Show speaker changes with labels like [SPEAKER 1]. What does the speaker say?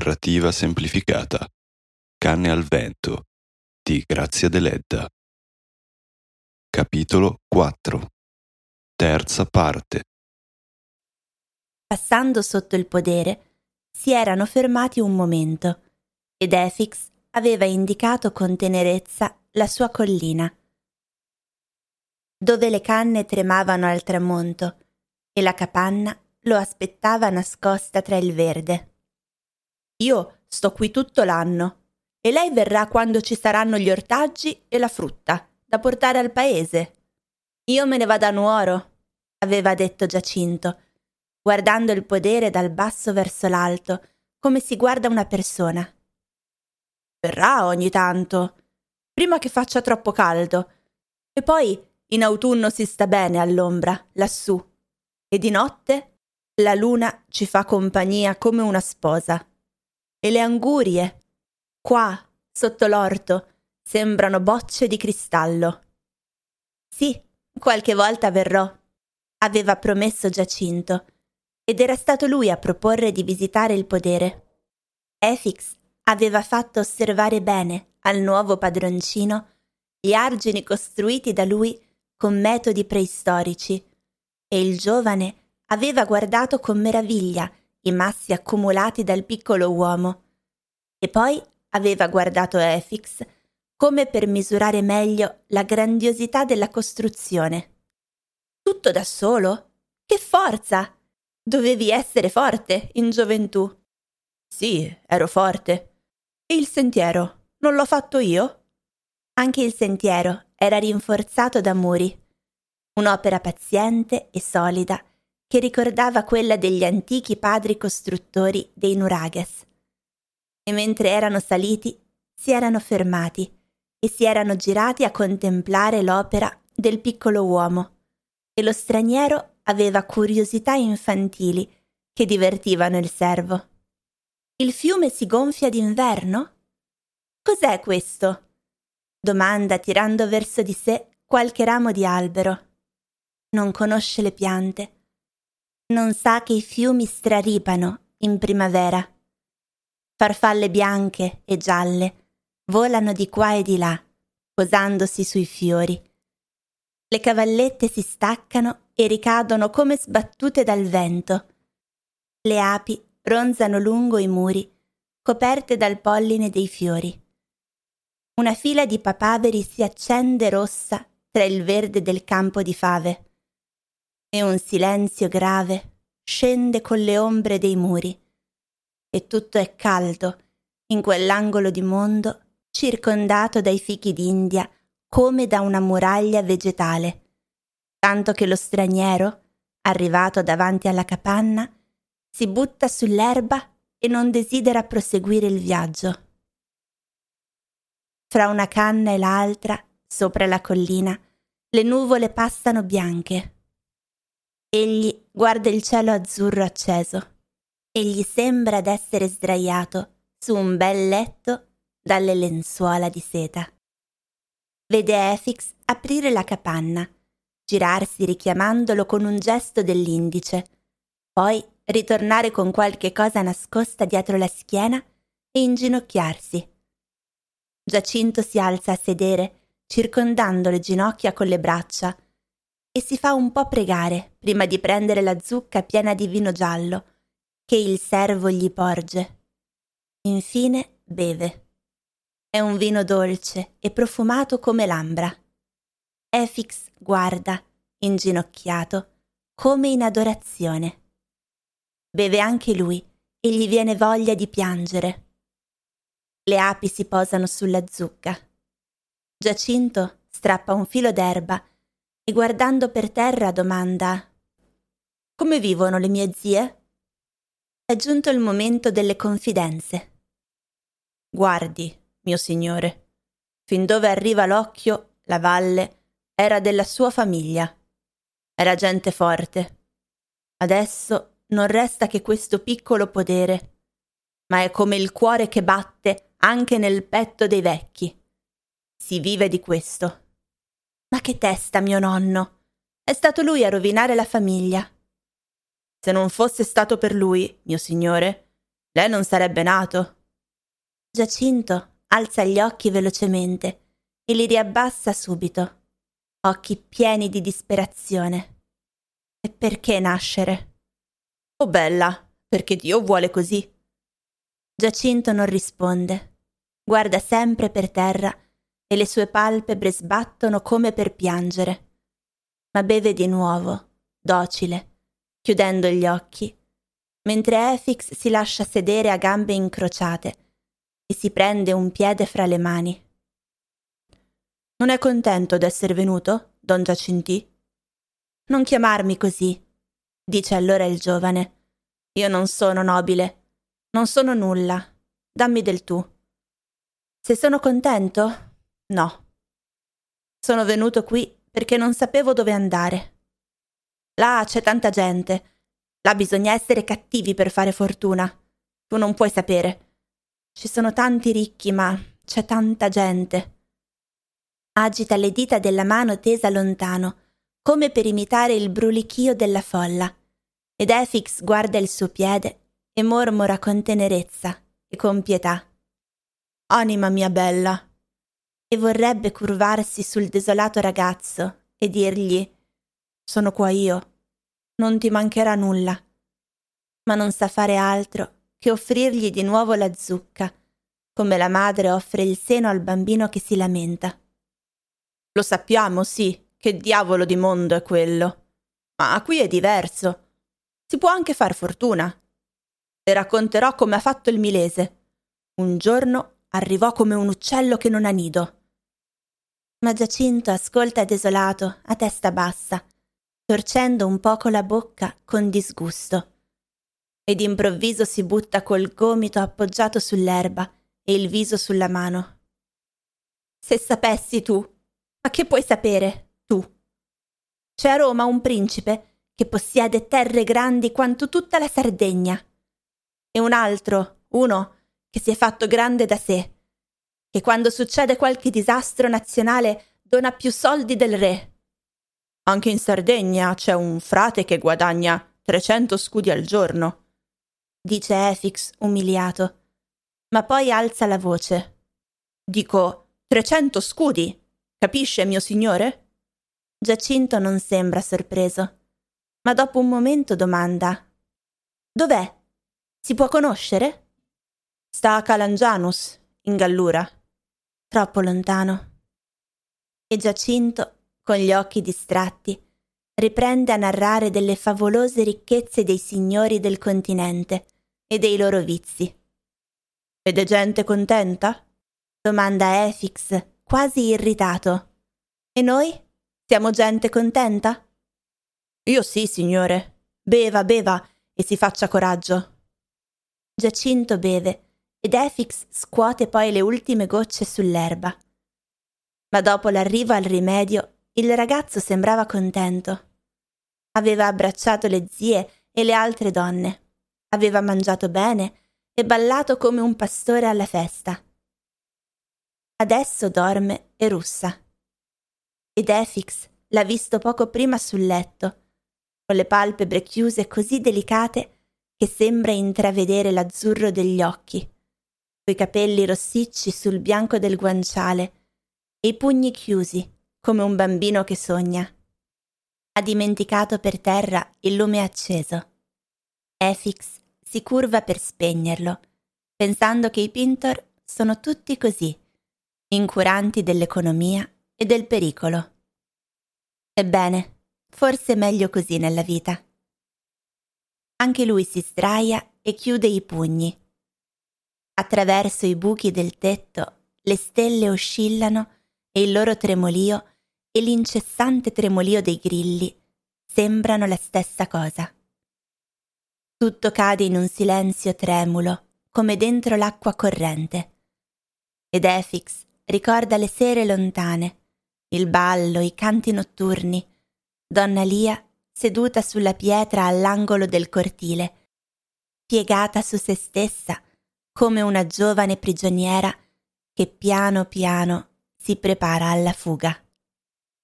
[SPEAKER 1] Narrativa semplificata. Canne al vento di Grazia Deledda. Capitolo 4. Terza parte.
[SPEAKER 2] Passando sotto il podere, si erano fermati un momento ed Efix aveva indicato con tenerezza la sua collina, dove le canne tremavano al tramonto e la capanna lo aspettava nascosta tra il verde. «Io sto qui tutto l'anno e lei verrà quando ci saranno gli ortaggi e la frutta da portare al paese. Io me ne vado a Nuoro», aveva detto Giacinto, guardando il podere dal basso verso l'alto, come si guarda una persona. «Verrà ogni tanto, prima che faccia troppo caldo, e poi in autunno si sta bene all'ombra, lassù, e di notte la luna ci fa compagnia come una sposa, e le angurie, qua, sotto l'orto, sembrano bocce di cristallo». «Sì, qualche volta verrò», aveva promesso Giacinto, ed era stato lui a proporre di visitare il podere. Efix aveva fatto osservare bene al nuovo padroncino gli argini costruiti da lui con metodi preistorici, e il giovane aveva guardato con meraviglia i massi accumulati dal piccolo uomo, e poi aveva guardato Efix come per misurare meglio la grandiosità della costruzione. «Tutto da solo? Che forza! Dovevi essere forte in gioventù». «Sì, ero forte. E il sentiero? Non l'ho fatto io?» Anche il sentiero era rinforzato da muri, un'opera paziente e solida che ricordava quella degli antichi padri costruttori dei nurages. E mentre erano saliti, si erano fermati e si erano girati a contemplare l'opera del piccolo uomo, e lo straniero aveva curiosità infantili che divertivano il servo. «Il fiume si gonfia d'inverno? Cos'è questo?» domanda tirando verso di sé qualche ramo di albero. Non conosce le piante. Non sa che i fiumi straripano in primavera. Farfalle bianche e gialle volano di qua e di là, posandosi sui fiori. Le cavallette si staccano e ricadono come sbattute dal vento. Le api ronzano lungo i muri, coperte dal polline dei fiori. Una fila di papaveri si accende rossa tra il verde del campo di fave, e un silenzio grave scende con le ombre dei muri, e tutto è caldo in quell'angolo di mondo circondato dai fichi d'India come da una muraglia vegetale, tanto che lo straniero, arrivato davanti alla capanna, si butta sull'erba e non desidera proseguire il viaggio. Fra una canna e l'altra, sopra la collina, le nuvole passano bianche. Egli guarda il cielo azzurro acceso e gli sembra d'essere sdraiato su un bel letto dalle lenzuola di seta. Vede Efix aprire la capanna, girarsi richiamandolo con un gesto dell'indice, poi ritornare con qualche cosa nascosta dietro la schiena e inginocchiarsi. Giacinto si alza a sedere, circondando le ginocchia con le braccia, e si fa un po' pregare prima di prendere la zucca piena di vino giallo che il servo gli porge. Infine beve. È un vino dolce e profumato come l'ambra. Efix guarda, inginocchiato, come in adorazione. Beve anche lui e gli viene voglia di piangere. Le api si posano sulla zucca. Giacinto strappa un filo d'erba e guardando per terra domanda: «Come vivono le mie zie?» È giunto il momento delle confidenze. «Guardi, mio signore, fin dove arriva l'occhio, la valle era della sua famiglia. Era gente forte. Adesso non resta che questo piccolo podere, ma è come il cuore che batte anche nel petto dei vecchi. Si vive di questo». «Ma che testa, mio nonno! È stato lui a rovinare la famiglia». «Se non fosse stato per lui, mio signore, lei non sarebbe nato. Giacinto alza gli occhi velocemente e li riabbassa subito, occhi pieni di disperazione. E perché nascere? Oh bella, perché Dio vuole così. Giacinto non risponde, guarda sempre per terra e le sue palpebre sbattono come per piangere, ma beve di nuovo, docile, chiudendo gli occhi, mentre Efix si lascia sedere a gambe incrociate e si prende un piede fra le mani. Non è contento d'essere venuto, don Giacintì? Non chiamarmi così, dice allora il giovane. Io non sono nobile, non sono nulla, dammi del tu. Se sono contento? No. Sono venuto qui perché non sapevo dove andare. Là c'è tanta gente, là bisogna essere cattivi per fare fortuna. Tu non puoi sapere. Ci sono tanti ricchi, ma c'è tanta gente. Agita le dita della mano tesa lontano, come per imitare il brulichio della folla, ed Efix guarda il suo piede e mormora con tenerezza e con pietà. Anima mia bella! E vorrebbe curvarsi sul desolato ragazzo e dirgli: sono qua io, non ti mancherà nulla. Ma non sa fare altro che offrirgli di nuovo la zucca, come la madre offre il seno al bambino che si lamenta. Lo sappiamo, sì, che diavolo di mondo è quello. Ma qui è diverso. Si può anche far fortuna. Le racconterò come ha fatto il Milese. Un giorno arrivò come un uccello che non ha nido. Ma Giacinto ascolta desolato, a testa bassa, torcendo un poco la bocca con disgusto. E d'improvviso si butta col gomito appoggiato sull'erba e il viso sulla mano. Se sapessi tu, ma che puoi sapere, tu? C'è a Roma un principe che possiede terre grandi quanto tutta la Sardegna, e un altro, uno che si è fatto grande da sé, che quando succede qualche disastro nazionale dona più soldi del re. Anche in Sardegna c'è un frate che guadagna 300 scudi al giorno, dice Efix umiliato, ma poi alza la voce. Dico 300 scudi, capisce, mio signore? Giacinto non sembra sorpreso, ma dopo un momento domanda: dov'è? Si può conoscere? Sta a Calangianus, in Gallura. Troppo lontano. E Giacinto, con gli occhi distratti, riprende a narrare delle favolose ricchezze dei signori del continente e dei loro vizi. Ed è gente contenta? Domanda Efix, quasi irritato. E noi? Siamo gente contenta? Io sì, signore. Beva, beva e si faccia coraggio. Giacinto beve ed Efix scuote poi le ultime gocce sull'erba. Ma dopo l'arrivo al rimedio, il ragazzo sembrava contento. Aveva abbracciato le zie e le altre donne. Aveva mangiato bene e ballato come un pastore alla festa. Adesso dorme e russa. Ed Efix l'ha visto poco prima sul letto, con le palpebre chiuse così delicate che sembra intravedere l'azzurro degli occhi, coi capelli rossicci sul bianco del guanciale e i pugni chiusi come un bambino che sogna. Ha dimenticato per terra il lume acceso. Efix si curva per spegnerlo, pensando che i Pintor sono tutti così, incuranti dell'economia e del pericolo. Ebbene, forse è meglio così nella vita. Anche lui si sdraia e chiude i pugni. Attraverso i buchi del tetto le stelle oscillano e il loro tremolio e l'incessante tremolio dei grilli sembrano la stessa cosa. Tutto cade in un silenzio tremulo, come dentro l'acqua corrente. Ed Efix ricorda le sere lontane, il ballo, i canti notturni, donna Lia seduta sulla pietra all'angolo del cortile, piegata su se stessa come una giovane prigioniera che piano piano si prepara alla fuga.